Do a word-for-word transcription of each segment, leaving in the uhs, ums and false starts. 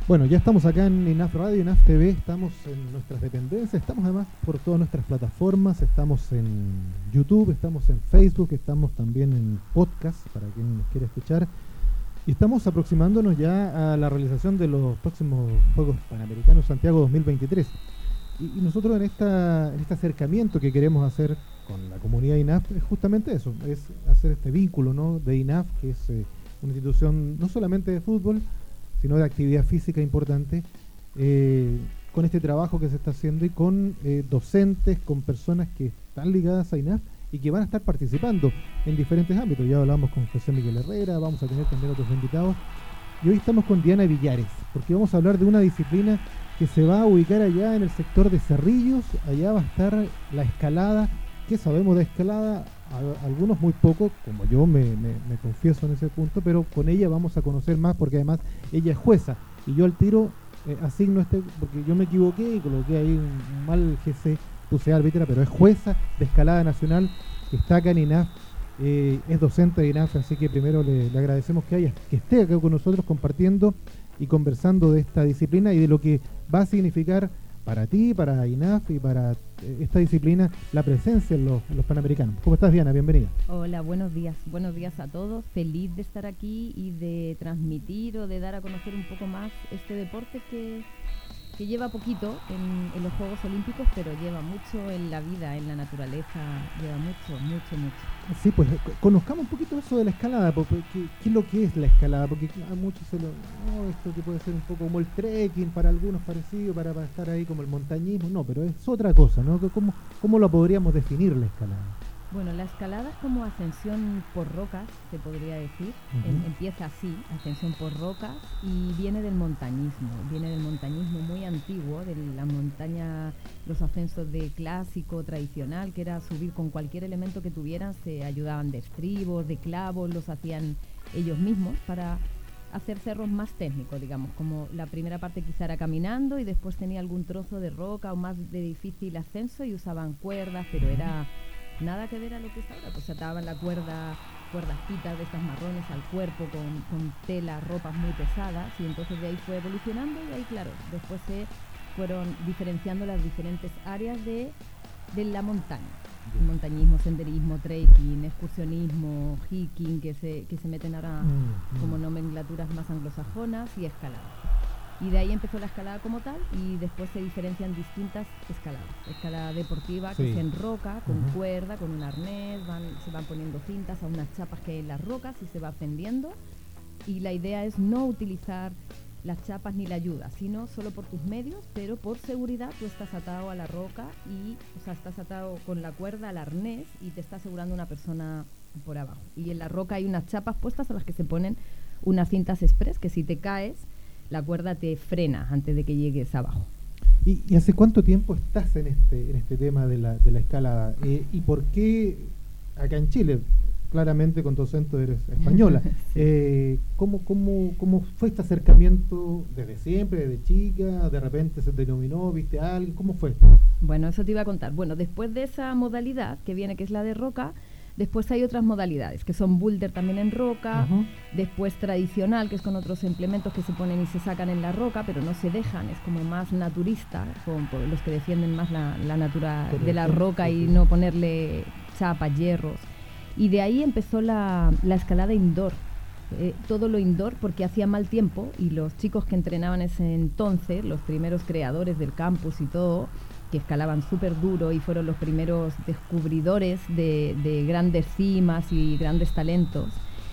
Bueno, ya estamos acá en I N A F Radio, I N A F T V, estamos en nuestras dependencias, estamos además por todas nuestras plataformas, estamos en YouTube, estamos en Facebook, estamos también en podcast para quien nos quiera escuchar, y estamos aproximándonos ya a la realización de los próximos Juegos Panamericanos Santiago dos mil veintitrés. Y, y nosotros en, esta, en este acercamiento que queremos hacer con la comunidad I N A F es justamente eso, es hacer este vínculo, ¿no?, de I N A F, que es eh, una institución no solamente de fútbol, sino de actividad física importante, eh, con este trabajo que se está haciendo y con eh, docentes, con personas que están ligadas a I N A F y que van a estar participando en diferentes ámbitos. Ya hablamos con José Miguel Herrera, vamos a tener también otros invitados. Y hoy estamos con Diana Villares, porque vamos a hablar de una disciplina que se va a ubicar allá en el sector de Cerrillos. Allá va a estar la escalada. ¿Qué sabemos de escalada? A, algunos muy poco, como yo me, me, me confieso en ese punto, pero con ella vamos a conocer más, porque además ella es jueza y yo al tiro eh, asigno este, porque yo me equivoqué y coloqué ahí un, un mal G C, puse árbitra, pero es jueza de escalada nacional que está acá en I N A F, eh, es docente de I N A F, así que primero le, le agradecemos que haya, que esté acá con nosotros compartiendo y conversando de esta disciplina y de lo que va a significar para ti, para I N A F y para eh, esta disciplina, la presencia en los, en los Panamericanos. ¿Cómo estás, Diana? Bienvenida. Hola, buenos días. Buenos días a todos. Feliz de estar aquí y de transmitir o de dar a conocer un poco más este deporte que, que lleva poquito en, en los Juegos Olímpicos, pero lleva mucho en la vida, en la naturaleza, lleva mucho, mucho, mucho. Sí, pues conozcamos un poquito eso de la escalada, porque, ¿qué, ¿qué es lo que es la escalada? Porque a muchos se lo... No, esto que puede ser un poco como el trekking, para algunos parecido, para, para estar ahí como el montañismo, no, pero es otra cosa, ¿no? ¿Cómo, cómo lo podríamos definir la escalada? Bueno, la escalada es como ascensión por rocas, se podría decir. Uh-huh. em, empieza así, ascensión por rocas, y viene del montañismo, viene del montañismo muy antiguo, de la montaña, los ascensos de clásico, tradicional, que era subir con cualquier elemento que tuvieran, se ayudaban de estribos, de clavos, los hacían ellos mismos para hacer cerros más técnicos, digamos, como la primera parte quizá era caminando y después tenía algún trozo de roca o más de difícil ascenso y usaban cuerdas, pero era... nada que ver a lo que es ahora, pues ataban la cuerda, cuerdas pitas de estas marrones al cuerpo con, con tela, ropas muy pesadas, y entonces de ahí fue evolucionando y ahí, claro, después se fueron diferenciando las diferentes áreas de, de la montaña. El montañismo, senderismo, trekking, excursionismo, hiking, que se, que se meten ahora mm, como nomenclaturas más anglosajonas, y escalada. Y de ahí empezó la escalada como tal y después se diferencian distintas escaladas. Escalada deportiva, sí, que es en roca, con uh-huh. cuerda, con un arnés, van, se van poniendo cintas a unas chapas que hay en las rocas y se va ascendiendo. Y la idea es no utilizar las chapas ni la ayuda, sino solo por tus medios, pero por seguridad tú estás atado a la roca y, o sea, estás atado con la cuerda al arnés y te está asegurando una persona por abajo. Y en la roca hay unas chapas puestas a las que se ponen unas cintas express que si te caes, la cuerda te frena antes de que llegues abajo. ¿Y, y hace cuánto tiempo estás en este en este tema de la, de la escalada? Eh, ¿Y por qué acá en Chile? Claramente con tu acento eres española. sí. eh, ¿cómo, cómo, ¿Cómo fue este acercamiento desde siempre, desde chica? ¿De repente se te iluminó? ¿Viste a alguien? ¿Cómo fue? Bueno, eso te iba a contar. Bueno, después de esa modalidad que viene, que es la de roca, después hay otras modalidades, que son boulder también en roca, uh-huh. después tradicional, que es con otros implementos que se ponen y se sacan en la roca, pero no se dejan, es como más naturista, con, por los que defienden más la, la natura Correcto. de la roca y no ponerle chapas, hierros. Y de ahí empezó la, la escalada indoor, eh, todo lo indoor, porque hacía mal tiempo y los chicos que entrenaban ese entonces, los primeros creadores del campus y todo, que escalaban súper duro y fueron los primeros descubridores de, de grandes cimas y grandes talentos,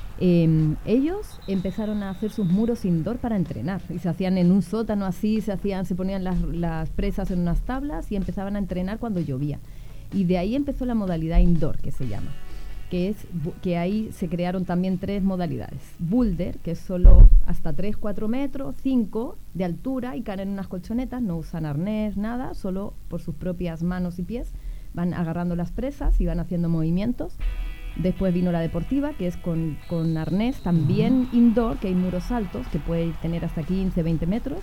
eh, ellos empezaron a hacer sus muros indoor para entrenar y se hacían en un sótano así, se hacían, se ponían las, las presas en unas tablas y empezaban a entrenar cuando llovía. Y de ahí empezó la modalidad indoor, que se llama, que es que ahí se crearon también tres modalidades. Boulder, que es solo hasta tres, cuatro metros, cinco de altura y caen en unas colchonetas, no usan arnés, nada, solo por sus propias manos y pies van agarrando las presas y van haciendo movimientos. Después vino la deportiva, que es con, con arnés, también uh-huh. indoor, que hay muros altos, que puede tener hasta quince, veinte metros.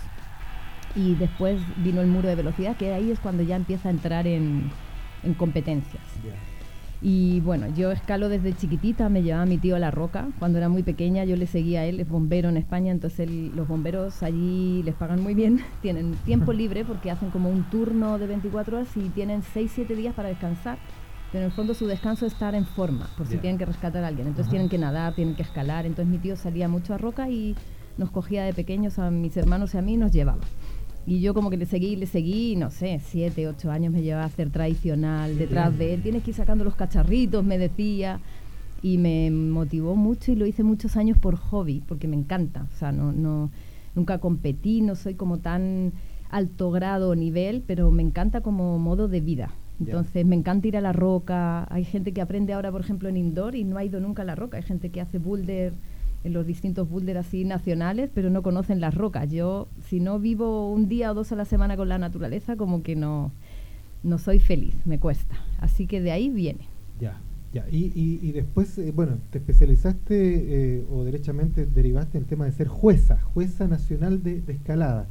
Y después vino el muro de velocidad, que ahí es cuando ya empieza a entrar en, en competencias. Yeah. Y bueno, yo escalo desde chiquitita, me llevaba mi tío a la roca. Cuando era muy pequeña yo le seguía a él, es bombero en España, entonces él, los bomberos allí les pagan muy bien, tienen tiempo libre porque hacen como un turno de veinticuatro horas y tienen seis siete días para descansar, pero en el fondo su descanso es estar en forma, por si yeah. tienen que rescatar a alguien, entonces Ajá. tienen que nadar, tienen que escalar, entonces mi tío salía mucho a roca y nos cogía de pequeños a mis hermanos y a mí y nos llevaba. Y yo como que le seguí, le seguí, no sé, siete, ocho años me llevaba a hacer tradicional detrás de él. Tienes que ir sacando los cacharritos, me decía. Y me motivó mucho y lo hice muchos años por hobby, porque me encanta. O sea, no, no, nunca competí, no soy como tan alto grado o nivel, pero me encanta como modo de vida. Entonces yeah. me encanta ir a la roca. Hay gente que aprende ahora, por ejemplo, en indoor y no ha ido nunca a la roca. Hay gente que hace boulder en los distintos boulders así nacionales, pero no conocen las rocas. Yo, si no vivo un día o dos a la semana con la naturaleza, como que no, no soy feliz, me cuesta. Así que de ahí viene. Ya, ya. Y, y, y después, eh, bueno, te especializaste eh, o derechamente derivaste en el tema de ser jueza, jueza nacional de, de escalada.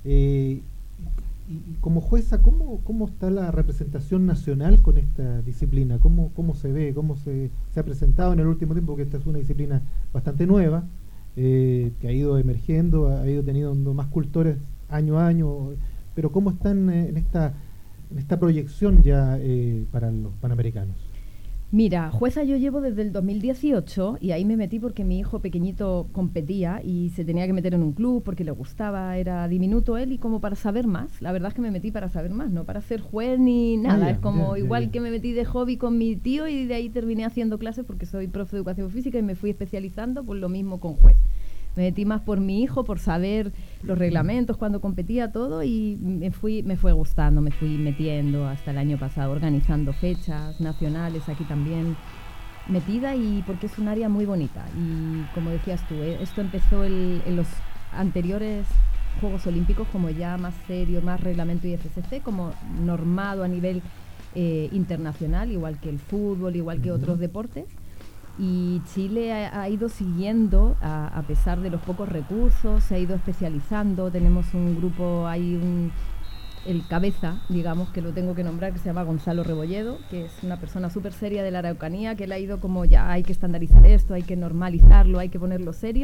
Eh, y, y como jueza, ¿cómo, cómo está la representación nacional con esta disciplina? ¿Cómo, cómo se ve? ¿Cómo se, se ha presentado en el último tiempo? Porque esta es una disciplina bastante nueva, eh, que ha ido emergiendo, ha ido teniendo más cultores año a año, pero ¿cómo están eh, en esta en esta proyección ya eh, para los Panamericanos? Mira, jueza yo llevo desde el dos mil dieciocho y ahí me metí porque mi hijo pequeñito competía y se tenía que meter en un club porque le gustaba, era diminuto él y como para saber más. La verdad es que me metí para saber más, no para ser juez ni nada. Ah, ya, es como ya, igual ya, ya. que me metí de hobby con mi tío y de ahí terminé haciendo clases porque soy profe de educación física y me fui especializando, pues lo mismo con juez. Me metí más por mi hijo, por saber los reglamentos, cuando competía, todo, y me fui me fue gustando, me fui metiendo hasta el año pasado, organizando fechas nacionales, aquí también metida, y porque es un área muy bonita. Y como decías tú, eh, esto empezó el, en los anteriores Juegos Olímpicos como ya más serio, más reglamento I F S C, como normado a nivel eh, internacional, igual que el fútbol, igual que uh-huh. otros deportes. Y Chile ha, ha ido siguiendo, a, a pesar de los pocos recursos, se ha ido especializando. Tenemos un grupo, hay un, el cabeza, digamos, que lo tengo que nombrar, que se llama Gonzalo Rebolledo, que es una persona súper seria de la Araucanía, que él ha ido como ya hay que estandarizar esto, hay que normalizarlo, hay que ponerlo serio.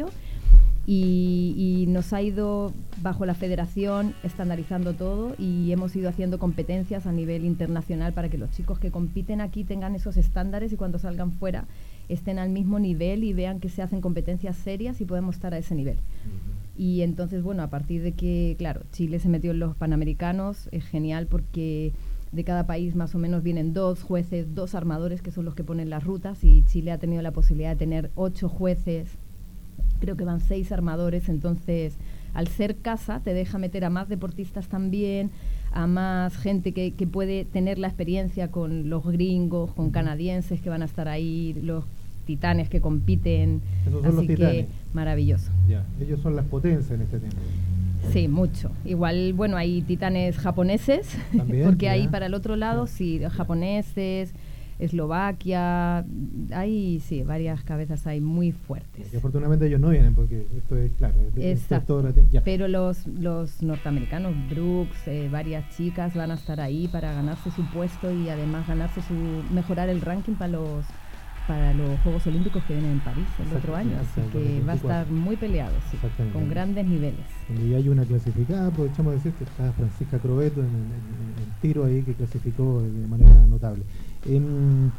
Y, y nos ha ido bajo la federación estandarizando todo y hemos ido haciendo competencias a nivel internacional para que los chicos que compiten aquí tengan esos estándares y cuando salgan fuera estén al mismo nivel y vean que se hacen competencias serias y podemos estar a ese nivel. Uh-huh. Y entonces, bueno, a partir de que, claro, Chile se metió en los Panamericanos, es genial porque de cada país más o menos vienen dos jueces, dos armadores que son los que ponen las rutas y Chile ha tenido la posibilidad de tener ocho jueces, creo que van seis armadores, entonces al ser casa te deja meter a más deportistas también, a más gente que, que puede tener la experiencia con los gringos, con canadienses que van a estar ahí, los titanes que compiten. Esos son así los titanes. Que maravilloso. Ya, ellos son las potencias en este tiempo. Sí, mucho. Igual, bueno, hay titanes japoneses, ¿también? Porque ya. Ahí para el otro lado, ya. sí, japoneses, Eslovaquia, hay, sí, varias cabezas hay muy fuertes. Y afortunadamente ellos no vienen porque esto es, claro, exacto. Esto es todo, pero los, los norteamericanos, Brooks, eh, varias chicas van a estar ahí para ganarse su puesto y además ganarse su, mejorar el ranking para los para los Juegos Olímpicos que vienen en París el otro año, así que va a estar muy peleado, sí, con grandes niveles. Y hay una clasificada, aprovechamos de decir que está Francisca Crobeto en el tiro ahí que clasificó de manera notable. En,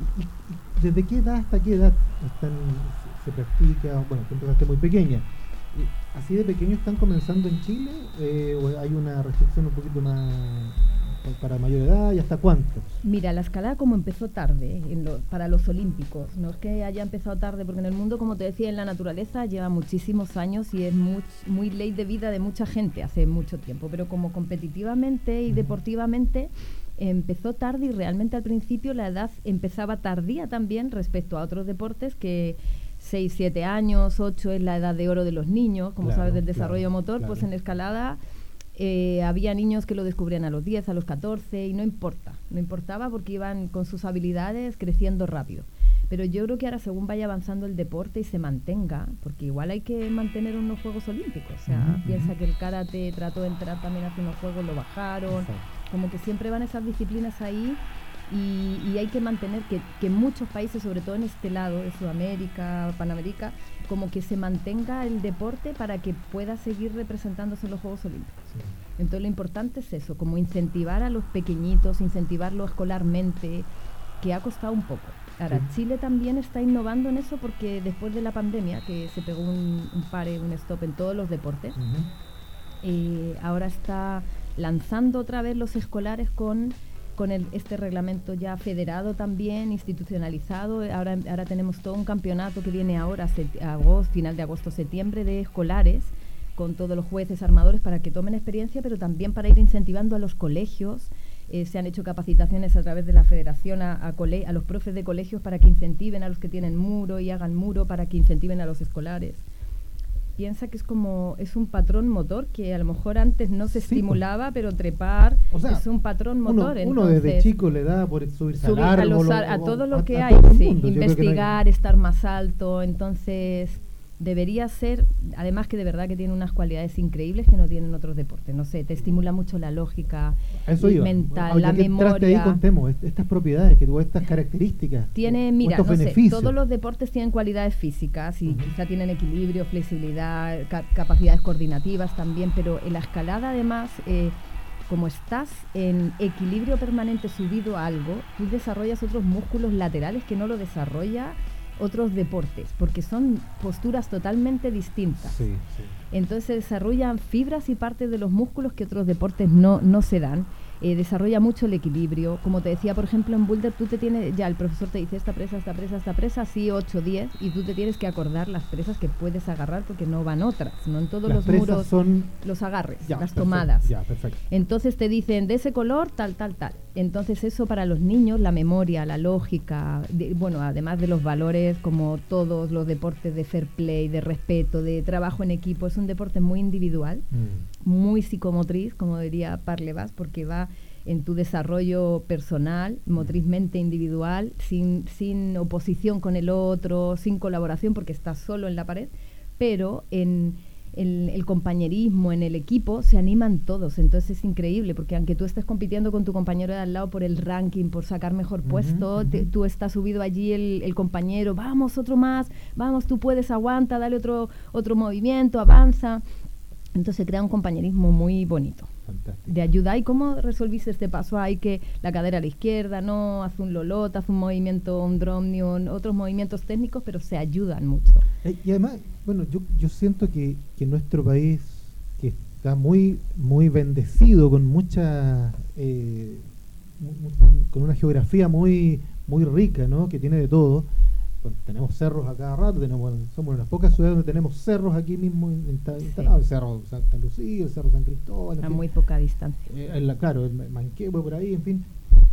¿Desde qué edad hasta qué edad están, se, se practica? Bueno, tú empezaste muy pequeña. ¿Así de pequeños están comenzando en Chile? Eh, ¿O hay una restricción un poquito más para mayor edad? ¿Y hasta cuántos? Mira, la escalada como empezó tarde en lo, para los olímpicos. No es que haya empezado tarde, porque en el mundo, como te decía, en la naturaleza lleva muchísimos años y es muy, muy ley de vida de mucha gente hace mucho tiempo. Pero como competitivamente y uh-huh. deportivamente empezó tarde y realmente al principio la edad empezaba tardía también respecto a otros deportes que seis, siete años, ocho es la edad de oro de los niños, como claro, sabes, del desarrollo claro, motor, claro. Pues en escalada eh, había niños que lo descubrían a los diez, a los catorce y no importa, no importaba porque iban con sus habilidades creciendo rápido. Pero yo creo que ahora según vaya avanzando el deporte y se mantenga, porque igual hay que mantener unos Juegos Olímpicos, o sea, uh-huh, piensa uh-huh. que el karate trató de entrar también hace unos Juegos, lo bajaron, exacto. Como que siempre van esas disciplinas ahí Y, y hay que mantener que, que muchos países, sobre todo en este lado de Sudamérica, Panamérica, como que se mantenga el deporte para que pueda seguir representándose en los Juegos Olímpicos. Sí. Entonces lo importante es eso, como incentivar a los pequeñitos, incentivarlo escolarmente, que ha costado un poco. Ahora, sí. Chile también está innovando en eso porque después de la pandemia, que se pegó un, un pare, un stop en todos los deportes, uh-huh. eh, ahora está lanzando otra vez los escolares con... con el, este reglamento ya federado también, institucionalizado. Ahora, ahora tenemos todo un campeonato que viene ahora, set, agosto, final de agosto, septiembre, de escolares, con todos los jueces, armadores, para que tomen experiencia, pero también para ir incentivando a los colegios. Eh, se han hecho capacitaciones a través de la federación a, a, cole, a los profes de colegios para que incentiven a los que tienen muro y hagan muro para que incentiven a los escolares. Piensa que es como, es un patrón motor que a lo mejor antes no se sí, estimulaba, pues. Pero trepar o sea, es un patrón motor. Uno, uno entonces, desde chico le da por subirse subir al árbol, a, los, a, a todo lo a, que a hay, sí, mundo, investigar, no hay... estar más alto, entonces debería ser, además que de verdad que tiene unas cualidades increíbles que no tienen otros deportes, no sé, te estimula mucho la lógica mental, bueno, la memoria. Ahí contemos estas propiedades, que tuvo estas características. Tiene, mira, no sé, todos los deportes tienen cualidades físicas y uh-huh. quizá tienen equilibrio, flexibilidad, ca- capacidades coordinativas también, pero en la escalada además, eh, como estás en equilibrio permanente subido a algo, tú desarrollas otros músculos laterales que no lo desarrolla otros deportes, porque son posturas totalmente distintas. Sí, sí. Entonces se desarrollan fibras y partes de los músculos que otros deportes no, no se dan. Eh, desarrolla mucho el equilibrio. Como te decía, por ejemplo, en boulder tú te tienes, ya el profesor te dice esta presa, esta presa, esta presa, sí, ocho, diez, y tú te tienes que acordar las presas que puedes agarrar porque no van otras, no en todos las los muros son los agarres, ya, las perfecto, tomadas. Ya, perfecto. Entonces te dicen de ese color, tal, tal, tal. Entonces eso para los niños, la memoria, la lógica, de, bueno, además de los valores como todos los deportes de fair play, de respeto, de trabajo en equipo, es un deporte muy individual, mm. muy psicomotriz, como diría Parlevas, porque va en tu desarrollo personal, motrizmente individual, sin, sin oposición con el otro, sin colaboración porque estás solo en la pared, pero en el, el compañerismo, en el equipo, se animan todos. Entonces es increíble porque aunque tú estés compitiendo con tu compañero de al lado por el ranking, por sacar mejor uh-huh, puesto, uh-huh. te, tú estás subido allí el, el compañero, vamos, otro más, vamos, tú puedes, aguanta, dale otro, otro movimiento, avanza. Entonces se crea un compañerismo muy bonito. Fantástico. De ayuda. ¿Y cómo resolviste este paso? Hay que la cadera a la izquierda, no, haz un lolot, haz un movimiento, un dromnion, otros movimientos técnicos, pero se ayudan mucho. Eh, y además, bueno, yo, yo siento que, que nuestro país, que está muy, muy bendecido con mucha, eh, con una geografía muy, muy rica, ¿no? Que tiene de todo. Bueno, tenemos cerros a cada rato, tenemos, bueno, somos una de las pocas ciudades donde tenemos cerros aquí mismo instalados, sí. El cerro Santa Lucía, el cerro San Cristóbal. A fin. muy poca distancia. Eh, la, claro, el Manquehue por ahí, en fin.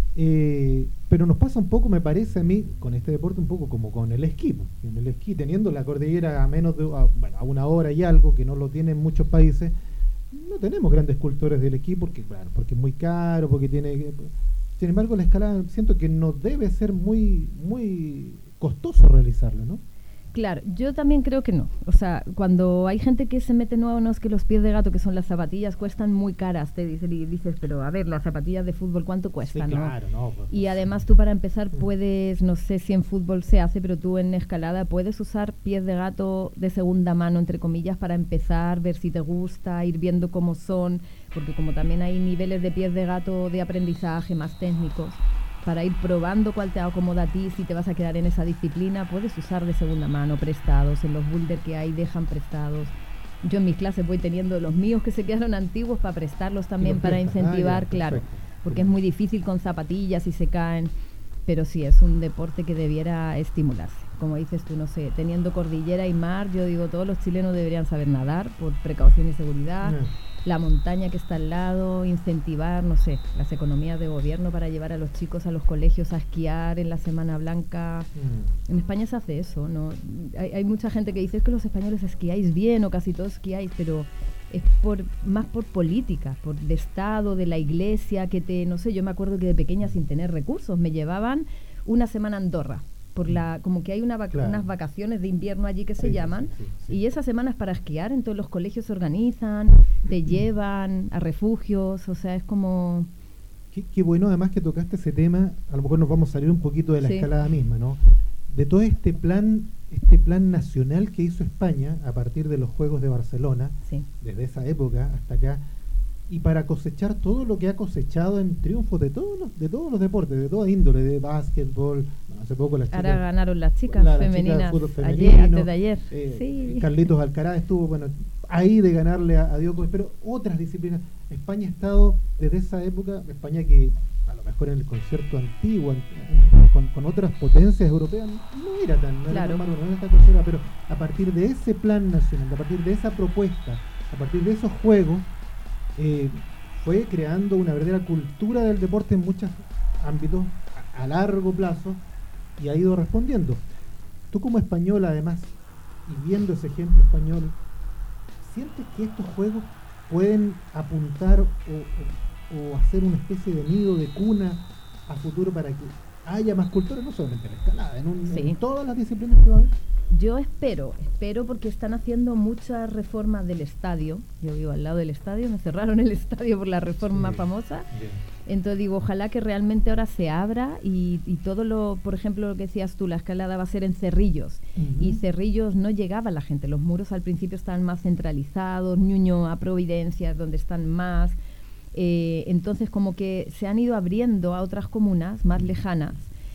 Eh, pero nos pasa un poco, me parece a mí, con este deporte un poco como con el esquí. En el esquí, teniendo la cordillera a menos de, a, bueno, a una hora y algo, que no lo tienen muchos países, no tenemos grandes cultores del esquí porque, claro, porque es muy caro, porque tiene... Sin embargo, la escalada siento que no debe ser muy, muy costoso realizarlo, ¿no? Claro, yo también creo que no. O sea, cuando hay gente que se mete nuevo, no es que los pies de gato, que son las zapatillas, cuestan muy caras. Te dices, y dices, pero a ver, las zapatillas de fútbol, ¿cuánto cuestan? Sí, claro, ¿no? no, pues, y además tú para empezar puedes, no sé si en fútbol se hace, pero tú en escalada puedes usar pies de gato de segunda mano, entre comillas, para empezar, ver si te gusta, ir viendo cómo son, porque como también hay niveles de pies de gato de aprendizaje más técnicos, para ir probando cuál te acomoda a ti, si te vas a quedar en esa disciplina, puedes usar de segunda mano, prestados, en los boulders que hay dejan prestados. Yo en mis clases voy teniendo los míos que se quedaron antiguos para prestarlos también, para incentivar, ah, ya, claro, perfecto. Porque es muy difícil con zapatillas y se caen, pero sí, es un deporte que debiera estimularse. Como dices tú, no sé, teniendo cordillera y mar, yo digo, todos los chilenos deberían saber nadar por precaución y seguridad. No. La montaña que está al lado, incentivar, no sé, las economías de gobierno para llevar a los chicos a los colegios a esquiar en la Semana Blanca. Mm. En España se hace eso, ¿no? Hay, hay mucha gente que dice, es que los españoles esquiáis bien o casi todos esquiáis, pero es por más por política, por de Estado, de la Iglesia, que te, no sé, yo me acuerdo que de pequeña sin tener recursos me llevaban una semana a Andorra. Por la, como que hay una vac- claro. unas vacaciones de invierno allí que se sí, llaman, sí, sí, sí. Y esas semanas para esquiar, en todos los colegios se organizan, te llevan a refugios, o sea, es como Qué, qué bueno además que tocaste ese tema, a lo mejor nos vamos a salir un poquito de la sí. escalada misma, ¿no? De todo este plan, este plan nacional que hizo España a partir de los Juegos de Barcelona, sí. desde esa época hasta acá, y para cosechar todo lo que ha cosechado en triunfos de todos los, de todos los deportes, de toda índole, de básquetbol, no, hace poco las chicas... Ahora ganaron las chicas la, femeninas, la chica ayer, antes de ayer. Eh, sí. Carlitos Alcaraz estuvo, bueno, ahí de ganarle a, a Djokovic, pero otras disciplinas. España ha estado desde esa época, España que a lo mejor en el concierto antiguo, con, con otras potencias europeas, no era tan, no claro. era tan malo, no era tan considerada, pero a partir de ese plan nacional, a partir de esa propuesta, a partir de esos juegos, Eh, fue creando una verdadera cultura del deporte en muchos ámbitos a, a largo plazo y ha ido respondiendo. Tú como española además, y viendo ese ejemplo español, ¿sientes que estos juegos pueden apuntar o, o, o hacer una especie de nido, de cuna a futuro para que haya más cultura, no solamente en la escalada, en, un, sí. en todas las disciplinas que va a haber? Yo espero, espero porque están haciendo muchas reformas del estadio. Yo vivo al lado del estadio, me cerraron el estadio por la reforma sí, famosa. Bien. Entonces digo, ojalá que realmente ahora se abra y, y todo lo, por ejemplo, lo que decías tú, la escalada va a ser en Cerrillos. Uh-huh. Y Cerrillos no llegaba la gente, los muros al principio estaban más centralizados, Ñuño a Providencia, donde están más. Eh, entonces como que se han ido abriendo a otras comunas más lejanas.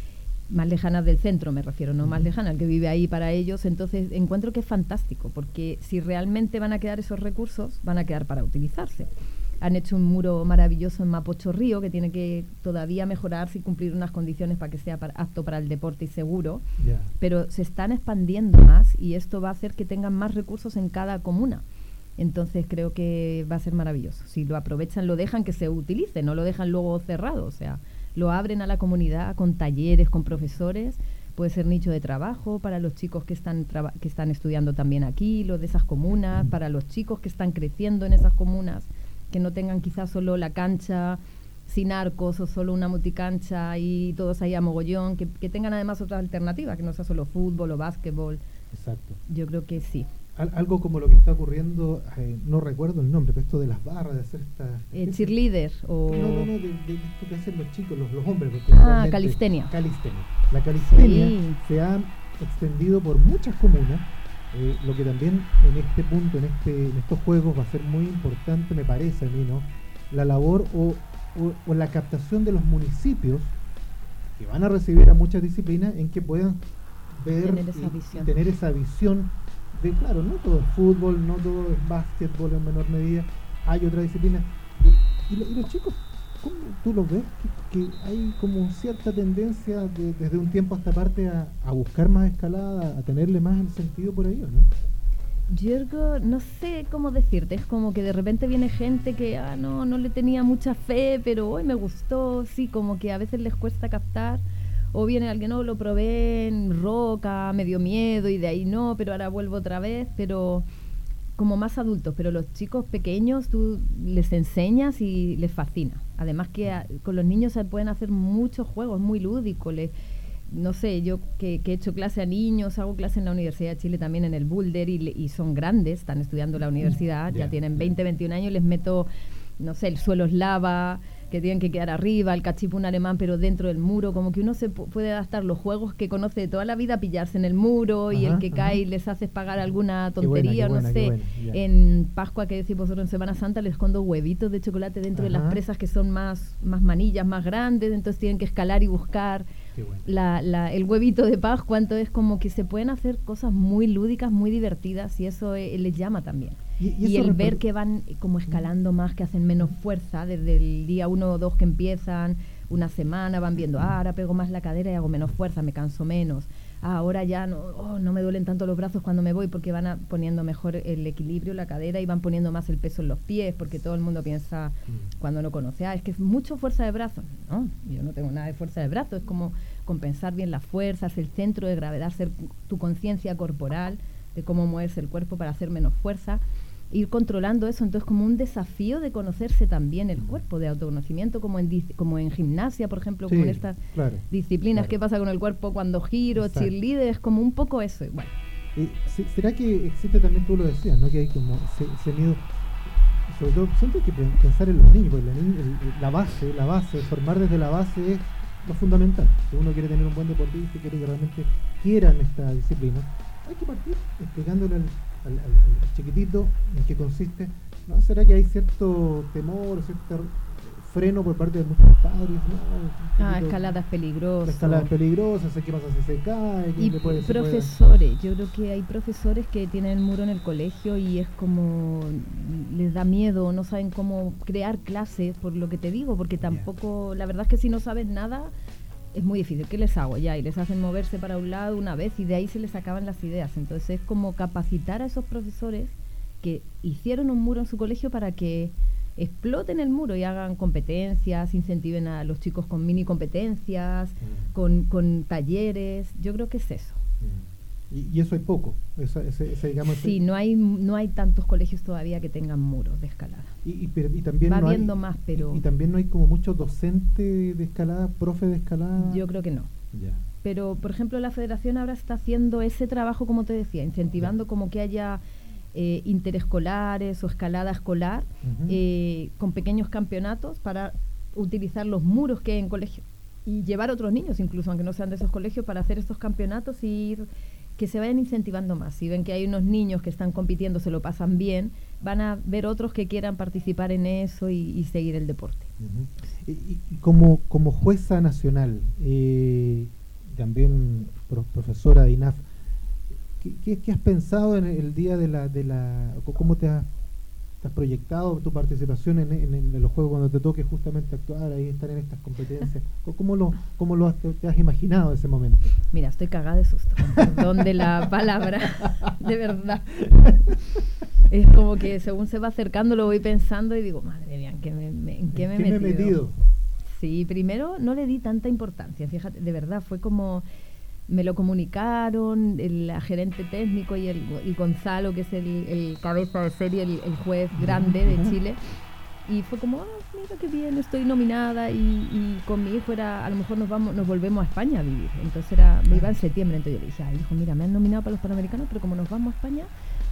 Más lejanas del centro me refiero, no más lejanas, el que vive ahí para ellos. Entonces encuentro que es fantástico, porque si realmente van a quedar esos recursos, van a quedar para utilizarse. Han hecho un muro maravilloso en Mapocho Río, que tiene que todavía mejorarse y cumplir unas condiciones para que sea para, apto para el deporte y seguro, yeah. pero se están expandiendo más y esto va a hacer que tengan más recursos en cada comuna. Entonces creo que va a ser maravilloso. Si lo aprovechan, lo dejan que se utilice, no lo dejan luego cerrado, o sea, lo abren a la comunidad con talleres, con profesores, puede ser nicho de trabajo para los chicos que están traba- que están estudiando también aquí, los de esas comunas, para los chicos que están creciendo en esas comunas, que no tengan quizás solo la cancha sin arcos o solo una multicancha y todos ahí a mogollón, que, que tengan además otras alternativas, que no sea solo fútbol o básquetbol. Exacto. Yo creo que sí. Al, algo como lo que está ocurriendo, eh, no recuerdo el nombre, pero esto de las barras, de hacer esta... Eh, cheerleader o... No, no, no, de, de esto que hacen los chicos, los, los hombres. Ah, calistenia. Calistenia. La calistenia sí. se ha extendido por muchas comunas, eh, lo que también en este punto, en este en estos juegos va a ser muy importante, me parece a mí, ¿no? La labor o, o, o la captación de los municipios que van a recibir a muchas disciplinas en que puedan ver tener esa y, visión. y tener esa visión de, claro, no todo es fútbol, no todo es básquetbol en menor medida, hay otra disciplina. Y, y, lo, y los chicos, ¿cómo tú los ves? Que, que hay como cierta tendencia de, desde un tiempo a esta parte a, a buscar más escalada, a tenerle más el sentido por ahí, ¿o no? Yo no sé cómo decirte, es como que de repente viene gente que ah, no, no le tenía mucha fe, pero hoy me gustó, sí, como que a veces les cuesta captar. O viene alguien, no, lo probé en roca, me dio miedo y de ahí no, pero ahora vuelvo otra vez, pero como más adultos. Pero los chicos pequeños tú les enseñas y les fascina. Además que a, con los niños se pueden hacer muchos juegos muy lúdicos. Les, no sé, yo que, que he hecho clase a niños, hago clase en la Universidad de Chile también en el Boulder y, y son grandes, están estudiando en la universidad, yeah, ya tienen veinte, veintiún años, les meto, no sé, el suelo es lava, que tienen que quedar arriba, el cachipún alemán, pero dentro del muro, como que uno se p- puede adaptar los juegos que conoce de toda la vida, pillarse en el muro, ajá, y el que ajá. cae y les haces pagar alguna tontería, buena, no sé. Buena, yeah. En Pascua, que decís vosotros en Semana Santa, les escondo huevitos de chocolate dentro ajá. de las presas que son más, más manillas, más grandes, entonces tienen que escalar y buscar la, la, el huevito de Pascua, entonces como que se pueden hacer cosas muy lúdicas, muy divertidas, y eso eh, les llama también. Y, y, y el repar- ver que van como escalando más, que hacen menos fuerza, desde el día uno o dos que empiezan, una semana van viendo, ah, ahora pego más la cadera y hago menos fuerza, me canso menos, ah, ahora ya no, oh, no me duelen tanto los brazos cuando me voy, porque van a, poniendo mejor el equilibrio, la cadera, y van poniendo más el peso en los pies, porque todo el mundo piensa cuando no conoce, ah, es que es mucho fuerza de brazos. No, yo no tengo nada de fuerza de brazos, es como compensar bien las fuerzas, el centro de gravedad, ser tu conciencia corporal de cómo mueves el cuerpo para hacer menos fuerza, ir controlando eso. Entonces como un desafío de conocerse también el cuerpo, de autoconocimiento, como en dis- como en gimnasia, por ejemplo, sí, como en estas claro, disciplinas, claro. ¿Qué pasa con el cuerpo cuando giro? Exacto. Cheerleader, es como un poco eso. Bueno. Eh, ¿Será que existe también, tú lo decías, ¿no? Que hay como ese, ese miedo? sobre todo siempre hay que pensar en los niños, porque la, niña, el, la base, la base, formar desde la base es lo fundamental. Si uno quiere tener un buen deportista y quiere que realmente quieran esta disciplina, hay que partir explicándole al, al, al, al chiquitito en qué consiste. ¿No? ¿Será que hay cierto temor, cierto freno por parte de muchos padres? ¿No? Ah, escaladas peligrosas. Escaladas peligrosas, ¿qué pasa si se cae? Y le puede, profesores, puede... yo creo que hay profesores que tienen el muro en el colegio y es como, les da miedo, no saben cómo crear clases, por lo que te digo, porque tampoco, yeah. La verdad es que si no sabes nada, es muy difícil. ¿Qué les hago ya? Y les hacen moverse para un lado una vez y de ahí se les acaban las ideas. Entonces es como capacitar a esos profesores que hicieron un muro en su colegio para que exploten el muro y hagan competencias, incentiven a los chicos con mini competencias, mm. con, con talleres. Yo creo que es eso. Mm. Y, y eso hay poco. Eso, ese, ese, digamos, sí, ese... no hay no hay tantos colegios todavía que tengan muros de escalada. Y, y, y también va no viendo hay, más, pero y, y también no hay como muchos docentes de escalada, profe de escalada. Yo creo que no. Ya. Pero, por ejemplo, la federación ahora está haciendo ese trabajo, como te decía, incentivando ya. como que haya Eh, interescolares o escalada escolar, uh-huh. eh, con pequeños campeonatos para utilizar los muros que hay en colegios y llevar a otros niños, incluso aunque no sean de esos colegios, para hacer estos campeonatos y ir, que se vayan incentivando más. Si ven que hay unos niños que están compitiendo, se lo pasan bien, van a ver otros que quieran participar en eso y, y seguir el deporte. Uh-huh. Y, y como, como jueza nacional, eh, también pro, profesora de I N A F, ¿Qué, qué, ¿Qué has pensado en el día de la, de la cómo te has, te has proyectado tu participación en, en, en los juegos cuando te toque justamente actuar ahí, estar en estas competencias? ¿Cómo lo, cómo lo has, te, te has imaginado ese momento? Mira, estoy cagada de susto, perdón de la palabra, de verdad. Es como que según se va acercando lo voy pensando y digo, madre mía, ¿en qué me, me, en qué me, ¿En qué me he metido? Sí, primero no le di tanta importancia, fíjate, de verdad, fue como... Me lo comunicaron el gerente técnico y el y Gonzalo, que es el, el cabeza de serie, el, el juez grande de Chile. Y fue como, ah, mira qué bien, estoy nominada y, y con mi hijo era, a lo mejor nos vamos nos volvemos a España a vivir. Entonces era, me iba en septiembre, entonces yo le dije, ay, hijo, mira, me han nominado para los Panamericanos, pero como nos vamos a España...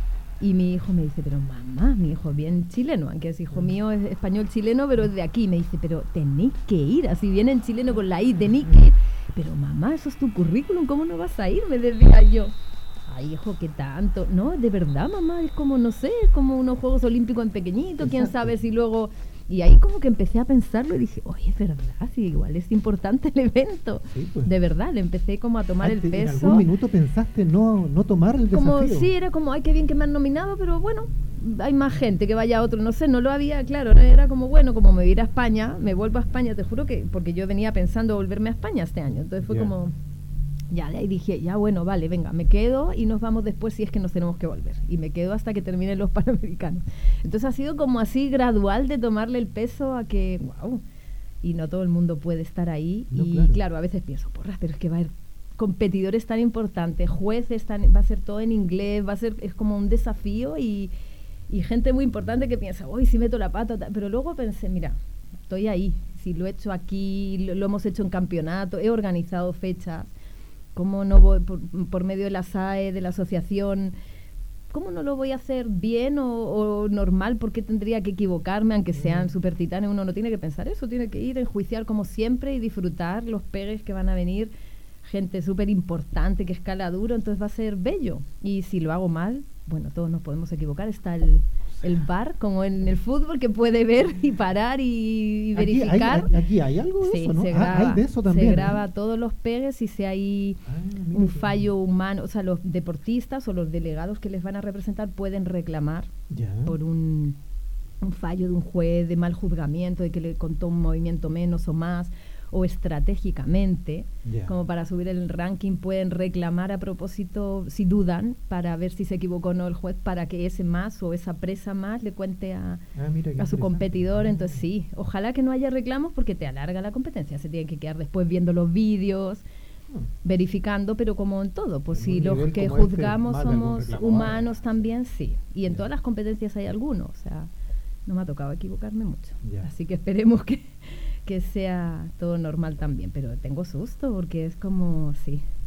Y mi hijo me dice, pero mamá, mi hijo es bien chileno, aunque es hijo mío, es español chileno, pero es de aquí. Me dice, pero tenéis que ir, así viene en chileno con la I, tenéis que ir. Pero mamá, eso es tu currículum, ¿cómo no vas a ir? Me decía yo. Ay, hijo, ¿qué tanto? No, de verdad, mamá, es como, no sé, es como unos Juegos Olímpicos en pequeñito, quién sabe si luego... Y ahí como que empecé a pensarlo y dije, oye, es verdad, sí, igual es importante el evento. Sí, pues. De verdad, le empecé como a tomar Antes, el peso. ¿En algún minuto pensaste no, no tomar el como, desafío? Sí, era como, ay, qué bien que me han nominado, pero bueno, hay más gente, que vaya a otro, no sé, no lo había, claro, era como, bueno, como me voy a ir a España, me vuelvo a España, te juro que, porque yo venía pensando volverme a España este año, entonces fue yeah. como... Ya, de ahí dije, ya bueno, vale, venga, me quedo y nos vamos después si es que nos tenemos que volver. Y me quedo hasta que terminen los Panamericanos. Entonces ha sido como así gradual de tomarle el peso a que, wow, y no todo el mundo puede estar ahí. No, y claro. claro, a veces pienso, porra, pero es que va a haber competidores tan importantes, jueces, tan, va a ser todo en inglés, va a ser, es como un desafío y, y gente muy importante que piensa, uy, si meto la pata, pero luego pensé, mira, estoy ahí, si lo he hecho aquí, lo, lo hemos hecho en campeonato, he organizado fechas. ¿Cómo no voy, por, por medio de la S A E, de la asociación, cómo no lo voy a hacer bien o, o normal? ¿Por qué tendría que equivocarme, aunque sean super titanes? Uno no tiene que pensar eso, tiene que ir, enjuiciar como siempre y disfrutar los pegues que van a venir, gente súper importante que escala duro, entonces va a ser bello. Y si lo hago mal, bueno, todos nos podemos equivocar, está el... el V A R, como en el fútbol, que puede ver y parar y, y verificar. Aquí hay, aquí hay algo de sí, eso, ¿no? Se graba, ah, hay de eso también. Se graba ¿no? todos los pegues y si hay ah, un fallo humano, o sea, los deportistas o los delegados que les van a representar pueden reclamar ya. por un, un fallo de un juez, de mal juzgamiento, de que le contó un movimiento menos o más, o estratégicamente, yeah. como para subir el ranking, pueden reclamar a propósito, si dudan, para ver si se equivocó o no el juez, para que ese más o esa presa más le cuente a, ah, mira, a su competidor. Ah, entonces sí, ojalá que no haya reclamos porque te alarga la competencia, se tiene que quedar después viendo los vídeos, hmm. verificando, pero como en todo, pues si los que juzgamos este, somos humanos ah, también, sí, y en yeah. todas las competencias hay algunos, o sea, no me ha tocado equivocarme mucho, yeah. así que esperemos que que sea todo normal también, pero tengo susto porque es como, sí,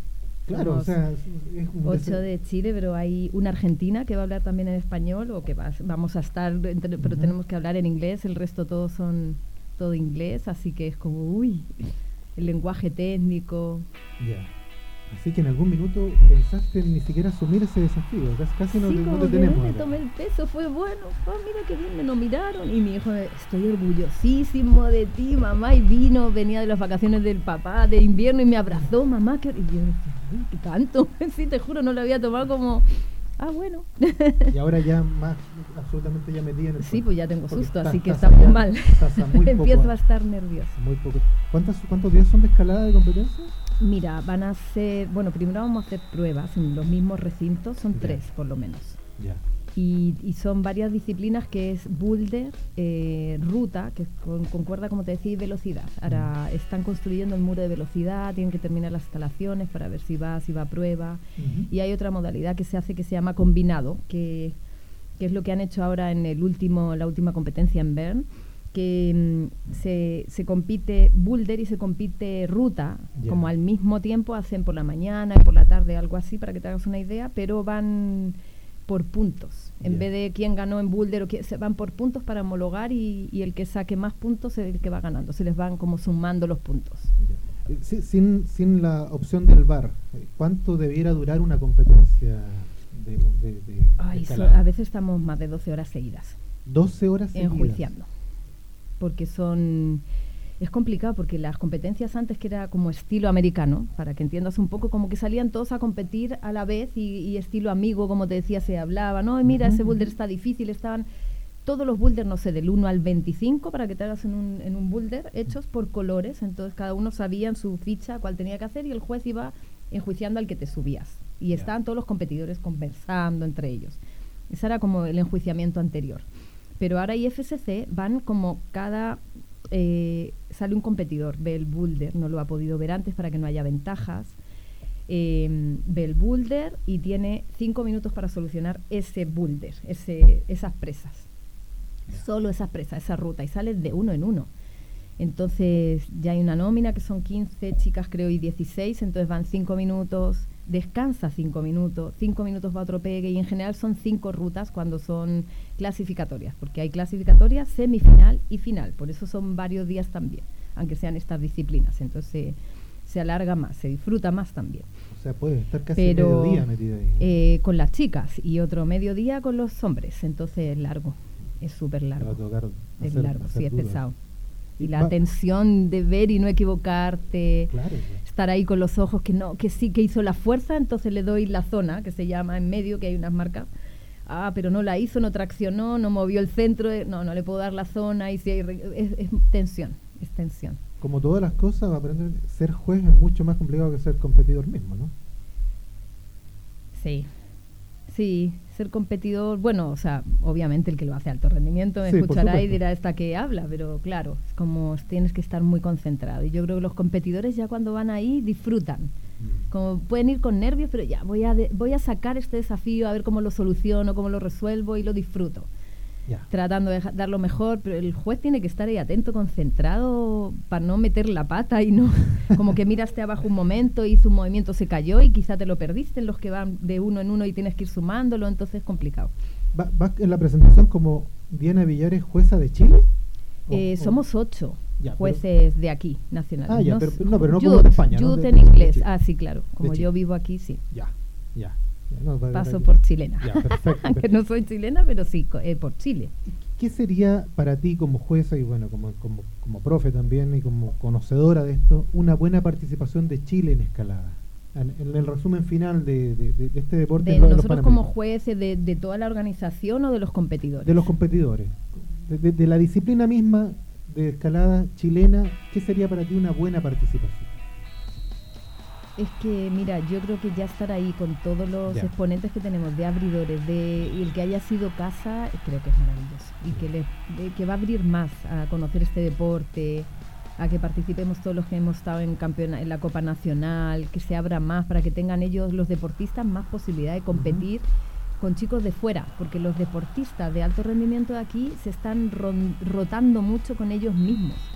Claro, Somos o sea, es, es un ocho deseo. de Chile, pero hay una argentina que va a hablar también en español, o que va, vamos a estar, entre, pero Ujú. tenemos que hablar en inglés, el resto todos son todo inglés, así que es como, uy, el lenguaje técnico. Ya. Así que en algún minuto pensaste en ni siquiera asumir ese desafío. Casi, casi no, Sí, te, no como te que tenemos me acá. tomé el peso, fue bueno. Oh, mira qué bien, me nominaron. Y mi hijo, estoy orgullosísimo de ti, mamá. Y vino, venía de las vacaciones del papá de invierno y me abrazó, mamá. Que... Y yo decía, uy, ¿qué tanto? Sí, te juro, no lo había tomado como, ah, bueno. Y ahora ya más, absolutamente ya metí en el Sí, cuento. pues ya tengo Porque susto, estás- así que estás estamos allá- mal. estás a muy Empiezo poco- a estar nerviosa. Muy poco. ¿Cuántas, ¿Cuántos días son de escalada de competencia? Mira, van a ser, bueno, primero vamos a hacer pruebas en los mismos recintos, son Ya. tres por lo menos. Ya. Y, y son varias disciplinas que es boulder, eh, ruta, que con, concuerda, como te decía, y velocidad. Ahora están construyendo el muro de velocidad, tienen que terminar las instalaciones para ver si va, si va a prueba. Ujú. Y hay otra modalidad que se hace que se llama combinado, que, que es lo que han hecho ahora en el último, la última competencia en Bern, que mm, se, se compite boulder y se compite ruta, Ya. como al mismo tiempo, hacen por la mañana y por la tarde, algo así, para que te hagas una idea, pero van por puntos. En Ya. vez de quién ganó en boulder, o quién, se van por puntos para homologar y, y el que saque más puntos es el que va ganando. Se les van como sumando los puntos. Ya. Eh, si- sin, sin la opción del V A R, eh, ¿cuánto debiera durar una competencia de, de, de Ay, so- escalada? a veces estamos más de doce horas seguidas doce horas seguidas. enjuiciando. Porque son... Es complicado porque las competencias antes, que era como estilo americano, para que entiendas un poco, como que salían todos a competir a la vez y, y estilo amigo, como te decía, se hablaba, ¿no? Y mira, Ujú, ese boulder ujú. está difícil, estaban todos los boulders, no sé, del uno al veinticinco, para que te hagas en un, en un boulder, hechos por colores, entonces cada uno sabía en su ficha cuál tenía que hacer y el juez iba enjuiciando al que te subías. Y Ya. estaban todos los competidores conversando entre ellos. Ese era como el enjuiciamiento anterior. Pero ahora I F S C van como cada... Eh, sale un competidor, ve el boulder, no lo ha podido ver antes para que no haya ventajas, eh, ve el boulder y tiene cinco minutos para solucionar ese boulder, ese, esas presas, Ya. solo esas presas, esa ruta, y sale de uno en uno. Entonces ya hay una nómina que son quince chicas, creo, y dieciséis, entonces van cinco minutos, descansa cinco minutos, cinco minutos va otro pegue, y en general son cinco rutas cuando son clasificatorias, porque hay clasificatorias, semifinal y final, por eso son varios días también, aunque sean estas disciplinas, entonces se, se alarga más, se disfruta más también. O sea, puedes estar casi Pero medio día metida ahí. eh, con las chicas y otro mediodía con los hombres, entonces es largo, es súper Te va a largo, tocar es hacer- largo, hacer sí, es dudas. pesado. Y Y la va- tensión de ver y no equivocarte, Claro. ya. estar ahí con los ojos, que no, que sí que hizo la fuerza, entonces le doy la zona, que se llama en medio, que hay unas marcas. Ah, pero no la hizo, no traccionó, no movió el centro, eh, no, no le puedo dar la zona, y si hay re- es, es tensión, es tensión. Como todas las cosas, aprender ser juez es mucho más complicado que ser competidor mismo, ¿no? Sí, sí, ser competidor, bueno, o sea, obviamente el que lo hace a alto rendimiento me Sí, por escuchará y supuesto. dirá esta que habla, pero claro, es como tienes que estar muy concentrado. Y yo creo que los competidores ya cuando van ahí disfrutan. Como pueden ir con nervios, pero ya voy a de- voy a sacar este desafío, a ver cómo lo soluciono, cómo lo resuelvo y lo disfruto. Ya. Tratando de ja- dar lo mejor, pero el juez tiene que estar ahí atento, concentrado, para no meter la pata y no, como que miraste abajo un momento, hizo un movimiento, se cayó y quizá te lo perdiste en los que van de uno en uno y tienes que ir sumándolo, entonces es complicado. ¿Va- ¿Vas en la presentación como Diana Villares, jueza de Chile? ¿O- Eh, o- somos ocho Ya, pero- jueces de aquí, nacionales. Ah, ya, ¿no? pero- no, pero no Youth, como de España, ¿no? Youth De- en de inglés, Chile. ah, sí, claro, como Chile. yo vivo aquí, sí. Ya, ya. ya, no, para- Paso para- por chilena. Ya, perfecto. Aunque perfecto. no soy chilena, pero sí, co- eh, por Chile. ¿Qué sería para ti como jueza y bueno, como, como, como profe también y como conocedora de esto, una buena participación de Chile en escalada? En, en el resumen final de, de- de- de este deporte De en lo- en los nosotros como Panamericanos. jueces, de, de toda la organización o de los competidores. De los competidores, de, de- de la disciplina misma de escalada chilena, ¿qué sería para ti una buena participación? Es que, mira, yo creo que ya estar ahí con todos los Ya. exponentes que tenemos de abridores, de y el que haya sido casa, creo que es maravilloso. Y que, le, de- que va a abrir más a conocer este deporte, a que participemos todos los que hemos estado en, campeona, en la Copa Nacional, que se abra más para que tengan ellos, los deportistas, más posibilidad de competir con chicos de fuera, porque los deportistas de alto rendimiento de aquí se están ron- rotando mucho con ellos mismos.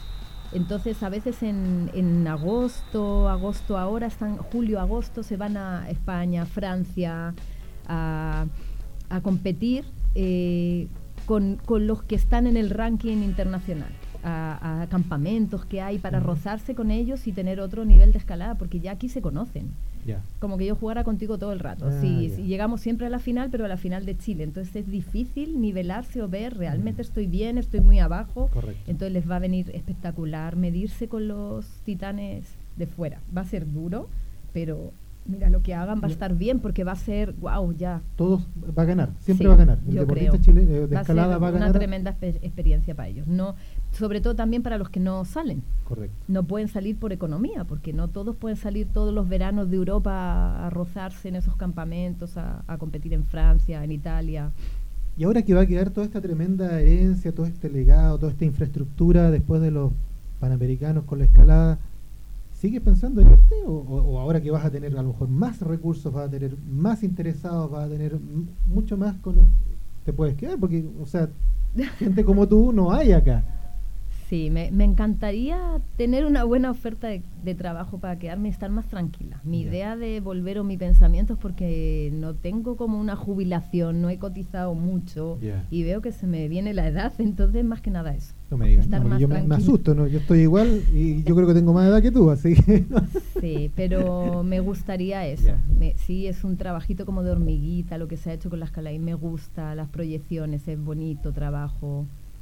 Entonces a veces en, en agosto, agosto ahora, están julio, agosto, se van a España, Francia, a, a competir eh, con, con los que están en el ranking internacional, a, a campamentos que hay para uh-huh. rozarse con ellos y tener otro nivel de escalada, porque ya aquí se conocen. Yeah. Como que yo jugara contigo todo el rato. Ah, sí, yeah. sí, llegamos siempre a la final, pero a la final de Chile. Entonces es difícil nivelarse o ver realmente uh-huh. estoy bien, estoy muy abajo. Correcto. Entonces les va a venir espectacular medirse con los titanes de fuera. Va a ser duro, pero mira, lo que hagan va a estar bien, porque va a ser, wow, ya. Todos va a ganar, siempre sí, va a ganar. El yo deportista creo. chileno de va escalada a va a ganar. Una tremenda exper- experiencia para ellos. No, sobre todo también para los que no salen. Correcto. No pueden salir por economía, porque no todos pueden salir todos los veranos de Europa a, a rozarse en esos campamentos, a, a competir en Francia, en Italia. Y ahora que va a quedar toda esta tremenda herencia, todo este legado, toda esta infraestructura después de los Panamericanos con la escalada, ¿sigues pensando en irte? O, o, o ahora que vas a tener a lo mejor más recursos, vas a tener más interesados, vas a tener m- mucho más, con, te puedes quedar? Porque, o sea, gente como tú no hay acá. Sí, me, me encantaría tener una buena oferta de, de trabajo para quedarme y estar más tranquila. Mi yeah. idea de volver o mi pensamiento es porque no tengo como una jubilación, no he cotizado mucho yeah. y veo que se me viene la edad, entonces más que nada eso. No me digas, estar no, más yo me, me asusto, ¿no? Yo estoy igual y yo creo que tengo más edad que tú, así que... No. Sí, pero me gustaría eso. Yeah. Me, sí, es un trabajito como de hormiguita, lo que se ha hecho con la escalada y me gusta, las proyecciones, es bonito trabajo.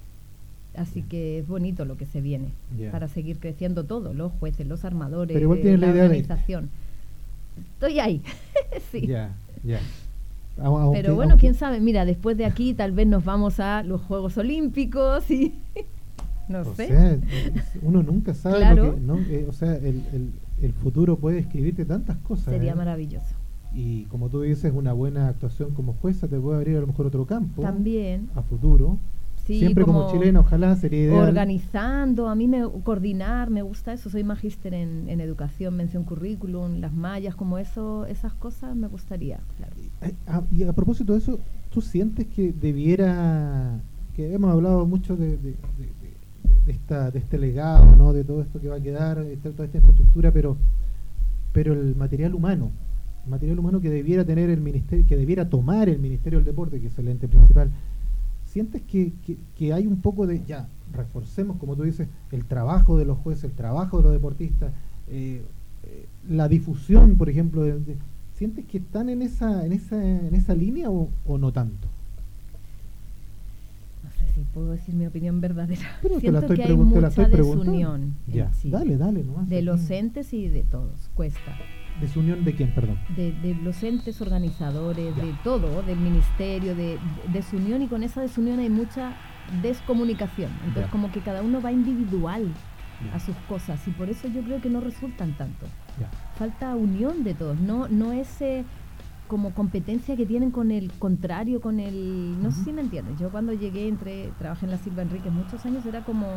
Así que es bonito lo que se viene yeah. para seguir creciendo todo, los jueces, los armadores, pero igual tienes la, la idea organización. De... Estoy ahí, sí. Yeah, yeah. Aunque, pero bueno, aunque... quién sabe, mira, después de aquí tal vez nos vamos a los Juegos Olímpicos y no o sé. Sea, uno nunca sabe claro. lo que, ¿no? Eh, o sea, el, el, el futuro puede escribirte tantas cosas. Sería ¿eh? maravilloso. Y como tú dices, una buena actuación como jueza te puede abrir a lo mejor otro campo. También. A futuro. Sí, siempre como, como chilena, ojalá sería ideal. Organizando, a mí me coordinar, me gusta eso, soy magíster en, en educación, mención currículum, las mallas, como eso, esas cosas me gustaría, claro. A, y a propósito de eso, ¿tú sientes que debiera, que hemos hablado mucho de, de, de, de, de, esta, de este legado, ¿no? De todo esto que va a quedar, de toda esta infraestructura, pero, pero el material humano, el material humano que debiera tener el ministerio, que debiera tomar el Ministerio del Deporte, que es el ente principal, ¿sientes que, que, que hay un poco de, ya, reforcemos, como tú dices, el trabajo de los jueces, el trabajo de los deportistas, eh, eh, la difusión, por ejemplo, de, de, ¿sientes que están en esa en esa, en esa línea o, o no tanto? No sé si puedo decir mi opinión verdadera. Pero Siento te la estoy que hay mucha desunión ya, sí, dale, dale nomás, de sí. los entes y de todos, cuesta. ¿Desunión de quién, perdón? De, de los entes organizadores, ya. de todo, del ministerio, de, de desunión, y con esa desunión hay mucha descomunicación. Entonces ya. como que cada uno va individual ya. a sus cosas, y por eso yo creo que no resultan tanto. Ya. Falta unión de todos, no, no ese como competencia que tienen con el contrario, con el... No uh-huh. sé si me entiendes. Yo cuando llegué, entré, trabajé en la Silva Enríquez muchos años, era como...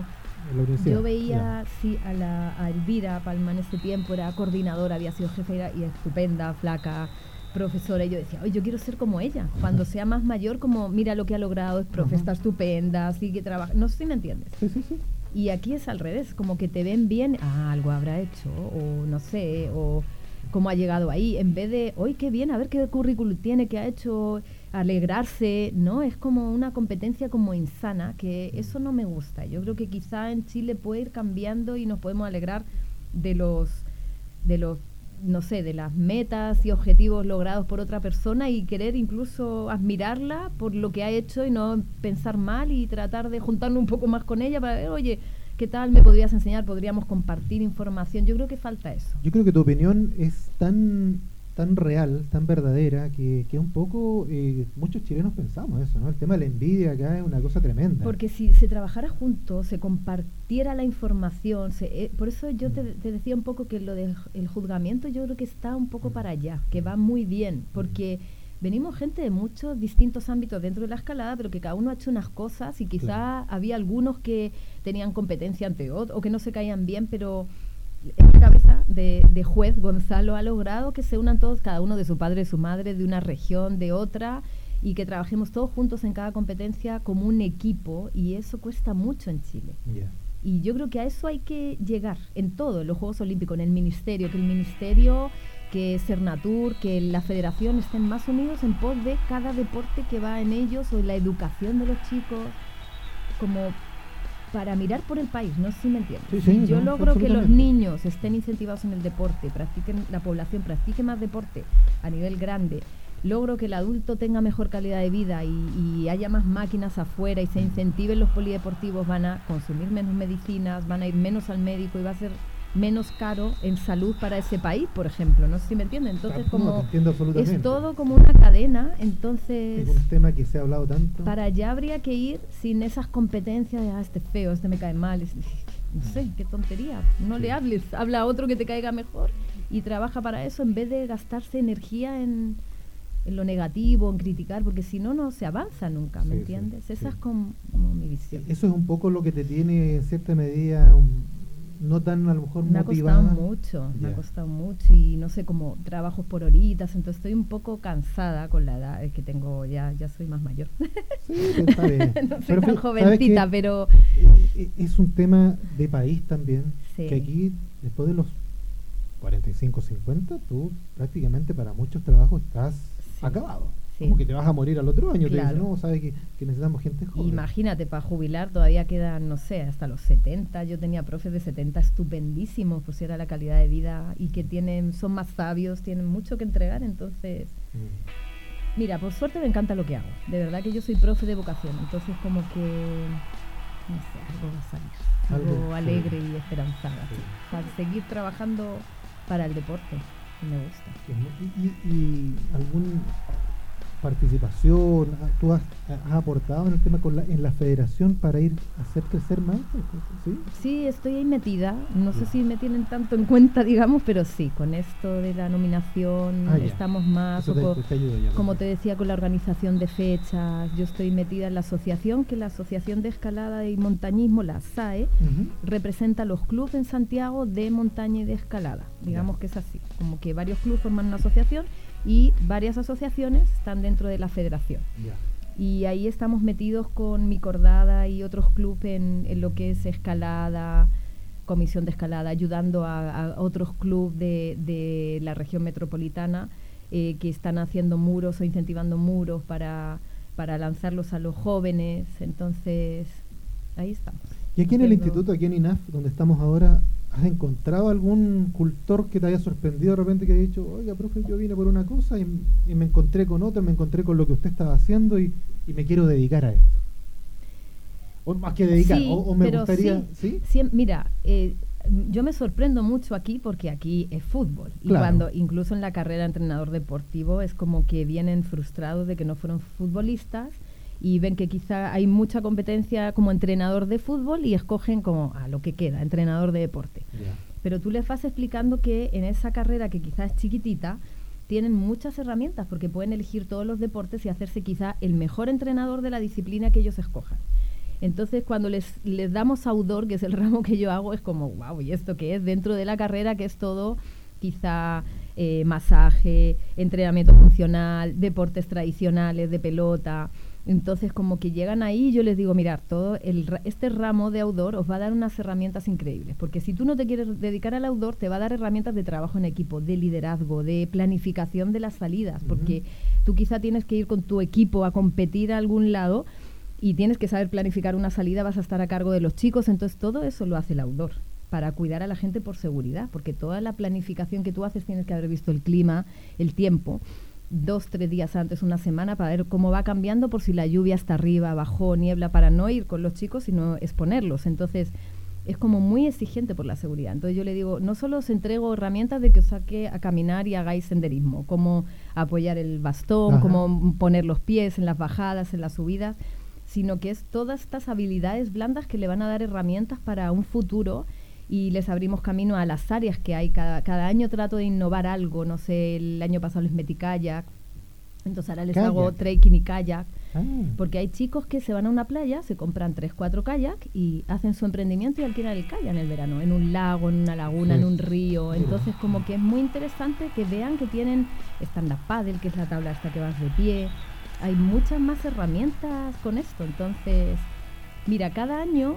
Yo veía sí, a, la, a Elvira Palma en ese tiempo, era coordinadora, había sido jefe y estupenda, flaca, profesora, y yo decía, oye, yo quiero ser como ella, cuando sea más mayor, como mira lo que ha logrado, es profe, uh-huh. está estupenda, así que trabaja, no sé si me entiendes. Sí, sí, sí. Y aquí es al revés, como que te ven bien, ah, algo habrá hecho, o no sé, o cómo ha llegado ahí, en vez de, oye, qué bien, a ver qué currículum tiene, qué ha hecho, alegrarse, ¿no? Es como una competencia como insana, que eso no me gusta. Yo creo que quizá en Chile puede ir cambiando y nos podemos alegrar de los, de los, no sé, de las metas y objetivos logrados por otra persona y querer incluso admirarla por lo que ha hecho y no pensar mal y tratar de juntarnos un poco más con ella para ver, oye, ¿qué tal? ¿Me podrías enseñar? ¿Podríamos compartir información? Yo creo que falta eso. Yo creo que tu opinión es tan tan real, tan verdadera, que, que un poco eh, muchos chilenos pensamos eso, ¿no? El tema de la envidia acá es una cosa tremenda. Porque si se trabajara juntos, se compartiera la información, se, eh, por eso yo te, te decía un poco que lo del juzgamiento yo creo que está un poco para allá, que va muy bien, porque venimos gente de muchos distintos ámbitos dentro de la escalada, pero que cada uno ha hecho unas cosas y quizá claro. había algunos que tenían competencia ante otros o que no se caían bien, pero esta cabeza de, de juez Gonzalo ha logrado que se unan todos, cada uno de su padre, de su madre, de una región, de otra, y que trabajemos todos juntos en cada competencia como un equipo, y eso cuesta mucho en Chile. Yeah. Y yo creo que a eso hay que llegar en todo, en los Juegos Olímpicos, en el ministerio, que el ministerio, que Sernatur, que la federación estén más unidos en pos de cada deporte que va en ellos, o en la educación de los chicos, como para mirar por el país, no sé si me entiendes. Sí, sí, si yo no, logro que los absolutamente. niños estén incentivados en el deporte, practiquen, la población practique más deporte a nivel grande, logro que el adulto tenga mejor calidad de vida y, y haya más máquinas afuera y se incentiven los polideportivos, van a consumir menos medicinas, van a ir menos al médico y va a ser menos caro en salud para ese país, por ejemplo. No sé si me entienden. Entonces, No, como te entiendo absolutamente. es todo como una cadena, entonces Es un tema que se ha hablado tanto. para allá habría que ir sin esas competencias de, ah, este es feo, este me cae mal, es- no sé, qué tontería. No Sí. le hables, habla a otro que te caiga mejor y trabaja para eso en vez de gastarse energía en, en lo negativo, en criticar, porque si no, no se avanza nunca, ¿me Sí, sí, entiendes? sí. Esa es como, como mi visión. Eso es un poco lo que te tiene en cierta medida un- no tan a lo mejor Me ha motivada. costado mucho, me ha Ya. costado mucho y no sé, como trabajos por horitas, entonces estoy un poco cansada con la edad es que tengo, ya ya soy más mayor. Sí, está bien. No soy Pero tan fí- jovencita, ¿sabes qué? pero Eh, Es un tema de país también, Sí. que aquí después de los cuarenta y cinco, cincuenta, tú prácticamente para muchos trabajos estás Sí. acabado. Sí. Como que te vas a morir al otro año. Te Claro. dicen, no, sabes que, que necesitamos gente joven. imagínate, para jubilar todavía quedan, no sé, hasta los setenta. Yo tenía profes de setenta estupendísimos, pues era la calidad de vida y que tienen, son más sabios, tienen mucho que entregar, entonces... Mm. Mira, por suerte me encanta lo que hago. De verdad que yo soy profe de vocación, entonces como que, no sé, algo va a salir. Algo, Algo, sí. alegre y esperanzada, Sí. sí, para seguir trabajando para el deporte, que me gusta. Que es mu- Y, y, y algún participación, ah, tú has, has aportado en el tema con la, en la federación para ir a hacer crecer más, ¿sí? Sí, estoy ahí metida. No sé Ya. si me tienen tanto en cuenta, digamos, pero sí, con esto de la nominación Ah, ya. estamos más. Eso o te, co- te- te ayuda ya. como te decía, con la organización de fechas. Yo estoy metida en la asociación, que la Asociación de Escalada y Montañismo, la S A E, Ujú. representa los clubes en Santiago de montaña y de escalada. Digamos Ya. que es así. Como que varios clubes forman una asociación y varias asociaciones están dentro de la federación. Ya. Y ahí estamos metidos con Mi Cordada y otros clubes en, en lo que es escalada, comisión de escalada, ayudando a, a otros clubes de, de la región metropolitana eh, que están haciendo muros o incentivando muros para, para lanzarlos a los jóvenes. Entonces, ahí estamos. Y aquí en el Haciendo- instituto, aquí en I N A F, donde estamos ahora, ¿has encontrado algún cultor que te haya sorprendido de repente, que haya dicho, oiga, profe, yo vine por una cosa y, y me encontré con otra, me encontré con lo que usted estaba haciendo y, y me quiero dedicar a esto? O más que dedicar, Sí, o, o me pero gustaría, sí, ¿sí? siem- mira, eh, yo me sorprendo mucho aquí porque aquí es fútbol. Y Claro. cuando, incluso en la carrera de entrenador deportivo, es como que vienen frustrados de que no fueron futbolistas y ven que quizá hay mucha competencia como entrenador de fútbol y escogen como a lo que queda, entrenador de deporte. Ya. Pero tú les vas explicando que en esa carrera, que quizás es chiquitita, tienen muchas herramientas porque pueden elegir todos los deportes y hacerse quizá el mejor entrenador de la disciplina que ellos escojan. Entonces, cuando les, les damos outdoor, que es el ramo que yo hago, es como, wow, ¿y esto qué es? Dentro de la carrera, que es todo, quizá eh, masaje, entrenamiento funcional, deportes tradicionales de pelota. Entonces, como que llegan ahí y yo les digo, mirad, todo el, ra- este ramo de outdoor os va a dar unas herramientas increíbles, porque si tú no te quieres dedicar al outdoor, te va a dar herramientas de trabajo en equipo, de liderazgo, de planificación de las salidas, porque Ujú. tú quizá tienes que ir con tu equipo a competir a algún lado y tienes que saber planificar una salida, vas a estar a cargo de los chicos, entonces todo eso lo hace el outdoor para cuidar a la gente por seguridad, porque toda la planificación que tú haces tienes que haber visto el clima, el tiempo, dos, tres días antes, una semana, para ver cómo va cambiando, por si la lluvia está arriba, bajó, niebla, para no ir con los chicos, sino exponerlos. Entonces, es como muy exigente por la seguridad. Entonces yo le digo, no solo os entrego herramientas de que os saque a caminar y hagáis senderismo, cómo apoyar el bastón, Ajá. cómo poner los pies en las bajadas, en las subidas, sino que es todas estas habilidades blandas que le van a dar herramientas para un futuro y les abrimos camino a las áreas que hay. Cada, cada año trato de innovar algo, no sé, el año pasado les metí kayak, entonces ahora les Kayak. hago trekking y kayak, Ah, porque hay chicos que se van a una playa, se compran tres, cuatro kayak y hacen su emprendimiento y alquilan el kayak en el verano, en un lago, en una laguna, Sí. en un río. Mira. Entonces como que es muy interesante que vean que tienen stand-up paddle, que es la tabla hasta que vas de pie. Hay muchas más herramientas con esto. Entonces, mira, cada año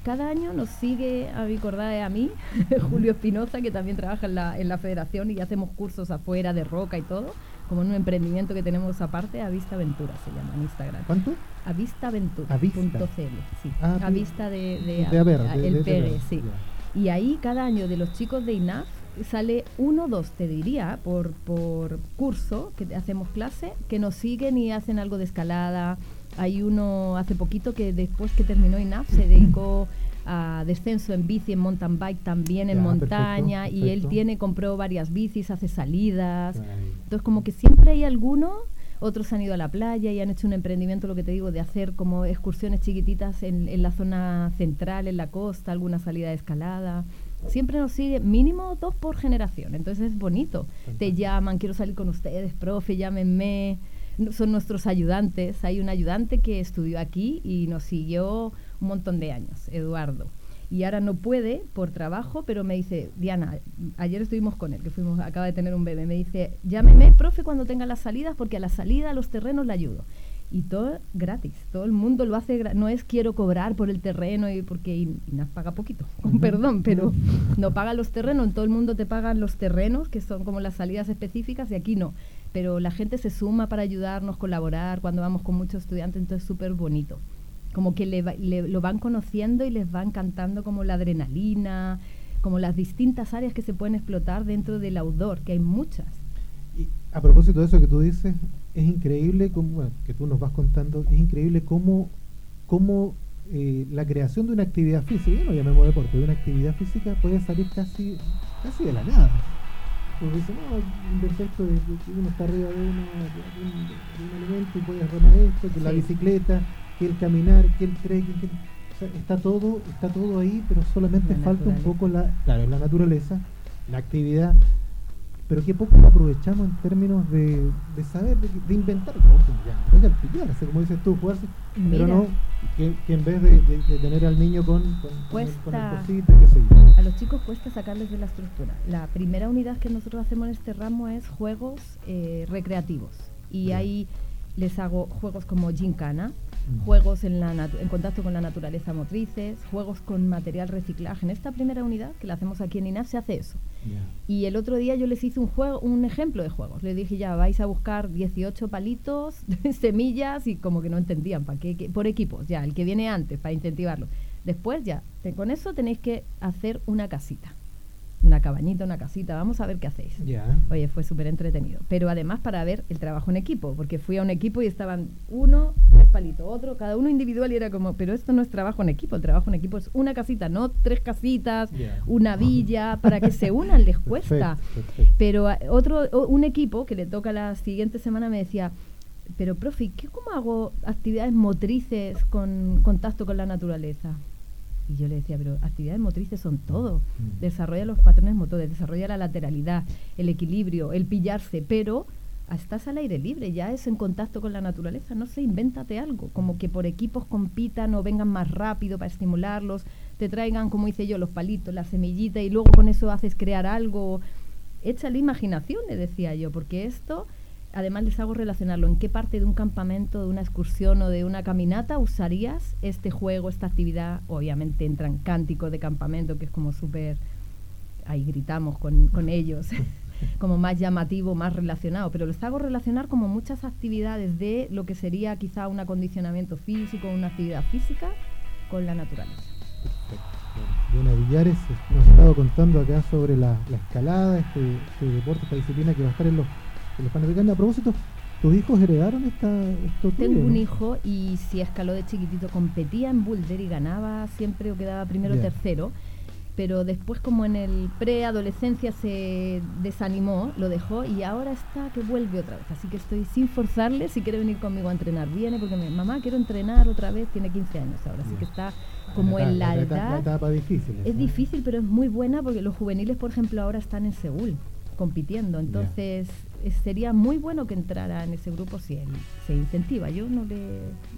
cada año nos sigue, a mi acordar a mí, Julio Espinosa, que también trabaja en la, en la federación y hacemos cursos afuera de roca y todo, como en un emprendimiento que tenemos aparte, Avista Aventura se llama en Instagram. ¿Cuánto? Avistaventura punto c l, sí. Ah, Avista de, de, de haber, a, de, el de, P G, de, sí. Ya. Y ahí cada año de los chicos de I N A F sale uno, dos, te diría, por, por curso, que hacemos clase, que nos siguen y hacen algo de escalada. Hay uno hace poquito que después que terminó I N A F se dedicó a descenso en bici, en mountain bike también, en ya, montaña, perfecto, perfecto. Y él tiene, compró varias bicis, hace salidas. Ay. Entonces como que siempre hay alguno, otros han ido a la playa y han hecho un emprendimiento, lo que te digo, de hacer como excursiones chiquititas en, en la zona central, en la costa, alguna salida de escalada. Siempre nos sigue mínimo dos por generación, entonces es bonito. Perfecto. Te llaman, quiero salir con ustedes, profe, llámenme. Son nuestros ayudantes. Hay un ayudante que estudió aquí y nos siguió un montón de años, Eduardo. Y ahora no puede por trabajo, pero me dice, Diana, ayer estuvimos con él, que fuimos, acaba de tener un bebé, me dice, llámeme, profe, cuando tenga las salidas, porque a la salida, a los terrenos le ayudo. Y todo gratis, todo el mundo lo hace, gra- no es quiero cobrar por el terreno, y porque I N A F paga poquito, con uh-huh. perdón, pero no paga los terrenos, en todo el mundo te pagan los terrenos, que son como las salidas específicas, y aquí no. Pero la gente se suma para ayudarnos, colaborar, cuando vamos con muchos estudiantes, entonces es súper bonito. Como que le, va, le lo van conociendo y les va encantando como la adrenalina, como las distintas áreas que se pueden explotar dentro del outdoor, que hay muchas. Y a propósito de eso que tú dices, es increíble, como, bueno, que tú nos vas contando, es increíble cómo, cómo eh, la creación de una actividad física, no llamemos deporte, de una actividad física puede salir casi, casi de la nada. Porque dice, no, inventé esto de, de que uno está arriba de, una, de, un, de un elemento y puedes remar esto, que sí. La bicicleta, que el caminar, que el trekking, que, o sea, está todo, está todo ahí, pero solamente la falta un poco la, claro, la naturaleza, la actividad, pero que poco lo aprovechamos en términos de, de saber, de, de inventar, ¿no? Ya, ya, pillar, así como dices tú, jugarse, mira, pero no, que, que en vez de, de, de tener al niño con, con, cuesta, con, el, con el cosito, qué sé yo. A los chicos cuesta sacarles de la estructura. La primera unidad que nosotros hacemos en este ramo es juegos eh, recreativos, y yeah. ahí les hago juegos como gincana, mm. juegos en, la natu- en contacto con la naturaleza motrices, juegos con material reciclaje. En esta primera unidad, que la hacemos aquí en I N A F, se hace eso. Yeah. Y el otro día yo les hice un juego, un ejemplo de juegos. Les dije, ya, vais a buscar dieciocho palitos, semillas, y como que no entendían, ¿para qué? qué? Por equipos, ya, el que viene antes, para incentivarlo. Después ya, te, con eso tenéis que hacer una casita. Una cabañita, una casita, vamos a ver qué hacéis. Yeah. Oye, fue súper entretenido. Pero además para ver el trabajo en equipo, porque fui a un equipo y estaban uno, tres palitos, otro, cada uno individual, y era como, pero esto no es trabajo en equipo, el trabajo en equipo es una casita, no tres casitas, yeah. una villa, para que se unan les cuesta. Perfecto, perfecto. Pero a, otro, o, un equipo que le toca la siguiente semana me decía, pero profe, ¿qué, ¿cómo hago actividades motrices con contacto con la naturaleza? Y yo le decía, pero actividades motrices son todo. Mm. Desarrolla los patrones motores, desarrolla la lateralidad, el equilibrio, el pillarse, pero estás al aire libre, ya es en contacto con la naturaleza. No sé, invéntate algo, como que por equipos compitan o vengan más rápido para estimularlos, te traigan, como hice yo, los palitos, la semillita, y luego con eso haces crear algo. Échale imaginación, le decía yo, porque esto... Además les hago relacionarlo. ¿En qué parte de un campamento, de una excursión o de una caminata usarías este juego, esta actividad? Obviamente entran cánticos de campamento, que es como súper... Ahí gritamos con, con ellos, como más llamativo, más relacionado. Pero les hago relacionar como muchas actividades de lo que sería quizá un acondicionamiento físico, una actividad física, con la naturaleza. Perfecto. Bueno, Diana Villares nos ha estado contando acá sobre la, la escalada, este, este deporte, esta disciplina que va a estar en los... los Panamericanos. A propósito, ¿tus hijos heredaron esta, esto tuyo? Tengo un ¿no? hijo, y si escaló de chiquitito, competía en boulder y ganaba siempre, o quedaba primero o yeah. tercero, pero después, como en el preadolescencia se desanimó, lo dejó, y ahora está que vuelve otra vez, así que estoy sin forzarle. Si quiere venir conmigo a entrenar, viene, porque me, mamá, quiero entrenar otra vez. Tiene quince años ahora, yeah. así que está como la en la, la edad. La etapa difícil. Es ¿no? difícil, pero es muy buena, porque los juveniles, por ejemplo, ahora están en Seúl compitiendo, entonces yeah. es, sería muy bueno que entrara en ese grupo si él se incentiva. Yo no le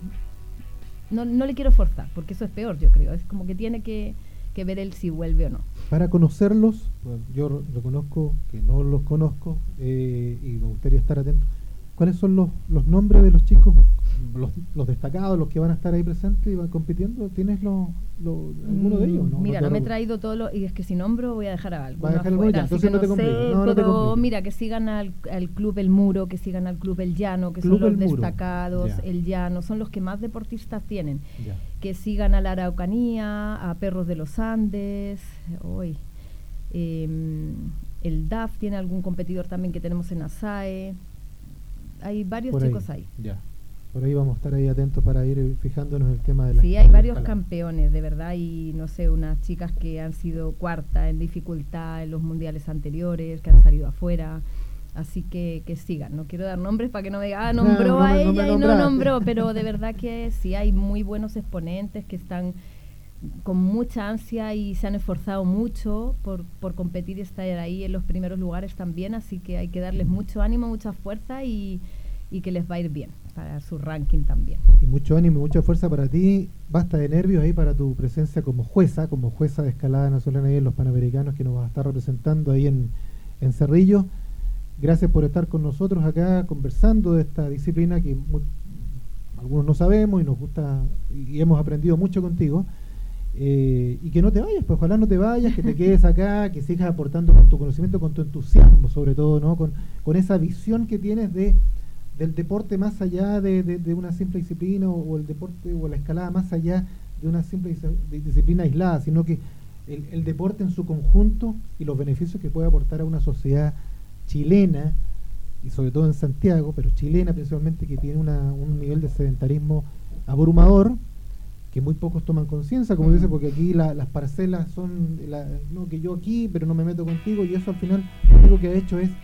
no, no le quiero forzar, porque eso es peor, yo creo. Es como que tiene que, que ver él si vuelve o no. Para conocerlos, bueno, yo reconozco que no los conozco, eh, y me gustaría estar atento. ¿Cuáles son los, los nombres de los chicos, los, los destacados, los que van a estar ahí presentes y van compitiendo? ¿Tienes los, los, alguno de ellos? ¿no? Mira, no, no me he traído todos los... Y es que si nombro voy a dejar a algo. Va a dejar alguno ya, entonces no, no te compliques. No, no pero mira, que sigan al, al Club El Muro, que sigan al Club El Llano, que Club son los destacados, ya. El Llano, son los que más deportistas tienen. Ya. Que sigan a la Araucanía, a Perros de los Andes, hoy... Eh, el D A F tiene algún competidor también que tenemos en ASAE. Hay varios por chicos ahí. ahí. Ya. Por ahí vamos a estar ahí atentos para ir fijándonos en el tema de la... Sí, hay varios campeones, de verdad, y no sé, unas chicas que han sido cuarta en dificultad en los mundiales anteriores, que han salido afuera, así que que sigan. No quiero dar nombres para que no me digan, ah, nombró no, no, a ella no y no nombró, pero de verdad que sí hay muy buenos exponentes que están con mucha ansia y se han esforzado mucho por, por competir y estar ahí en los primeros lugares también, así que hay que darles mucho ánimo, mucha fuerza y, y que les va a ir bien para su ranking también. Y mucho ánimo y mucha fuerza para ti, basta de nervios ahí para tu presencia como jueza, como jueza de escalada nacional ahí en los Panamericanos que nos vas a estar representando ahí en, en Cerrillo. Gracias por estar con nosotros acá conversando de esta disciplina que muy, algunos no sabemos y nos gusta y hemos aprendido mucho contigo. Eh, y que no te vayas, pues ojalá no te vayas, que te quedes acá, que sigas aportando con tu conocimiento, con tu entusiasmo sobre todo, ¿no? Con, con esa visión que tienes de del deporte más allá de, de, de una simple disciplina o, o el deporte o la escalada más allá de una simple dis- disciplina aislada, sino que el, el deporte en su conjunto y los beneficios que puede aportar a una sociedad chilena y sobre todo en Santiago, pero chilena principalmente, que tiene una, un nivel de sedentarismo abrumador, que muy pocos toman conciencia, como dice, porque aquí la, las parcelas son, la, no, que yo aquí, pero no me meto contigo, y eso al final lo único que ha hecho es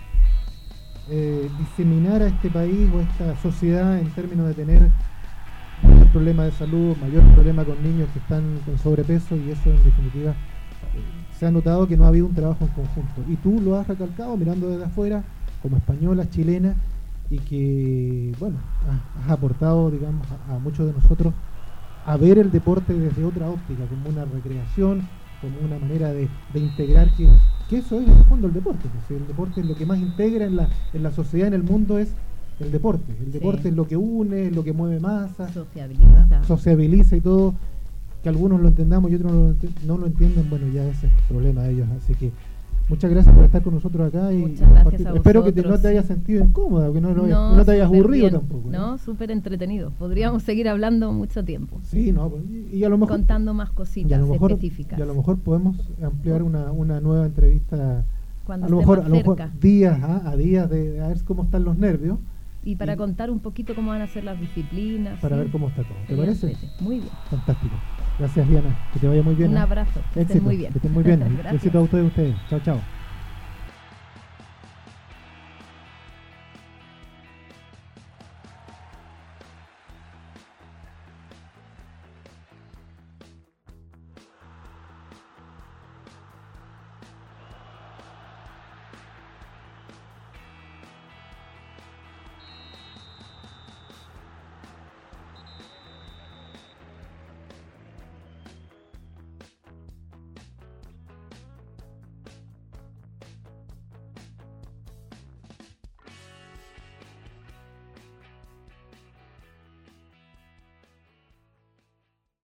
eh, diseminar a este país o a esta sociedad en términos de tener mayor problema de salud, mayor problema con niños que están con sobrepeso, y eso en definitiva eh, se ha notado que no ha habido un trabajo en conjunto, y tú lo has recalcado mirando desde afuera, como española, chilena, y que, bueno, has, has aportado, digamos, a, a muchos de nosotros a ver el deporte desde otra óptica, como una recreación, como una manera de, de integrar, que, que eso es en el fondo el deporte. Pues, el deporte es lo que más integra en la, en la sociedad, en el mundo, es el deporte. El deporte sí. Es lo que une, es lo que mueve masas, sociabiliza. ¿ah? sociabiliza y todo. Que algunos lo entendamos y otros no lo, ent- no lo entienden, bueno, ya ese es el problema de ellos. Así que muchas gracias por estar con nosotros acá. Y, muchas gracias a espero que vosotros, te, no te hayas sí. sentido incómoda, que no, no, no, no te hayas aburrido bien. tampoco. No, no súper entretenido. Podríamos seguir hablando mucho tiempo. Sí, no, y, y a lo mejor contando más cositas y a lo mejor, específicas. Y a lo mejor podemos ampliar una, una nueva entrevista. Cuando a lo mejor, más a lo mejor cerca. días, ¿ah? a días de a ver cómo están los nervios. Y para y contar un poquito cómo van a ser las disciplinas. Para ¿sí? ver cómo está todo. ¿Te Sería parece? Entrete. Muy bien. Fantástico. Gracias, Diana. Que te vaya muy bien. Un ¿eh? abrazo. Que Éxito. estén muy bien. Que estén muy bien. Éxito a ustedes, ustedes. Chao, chao.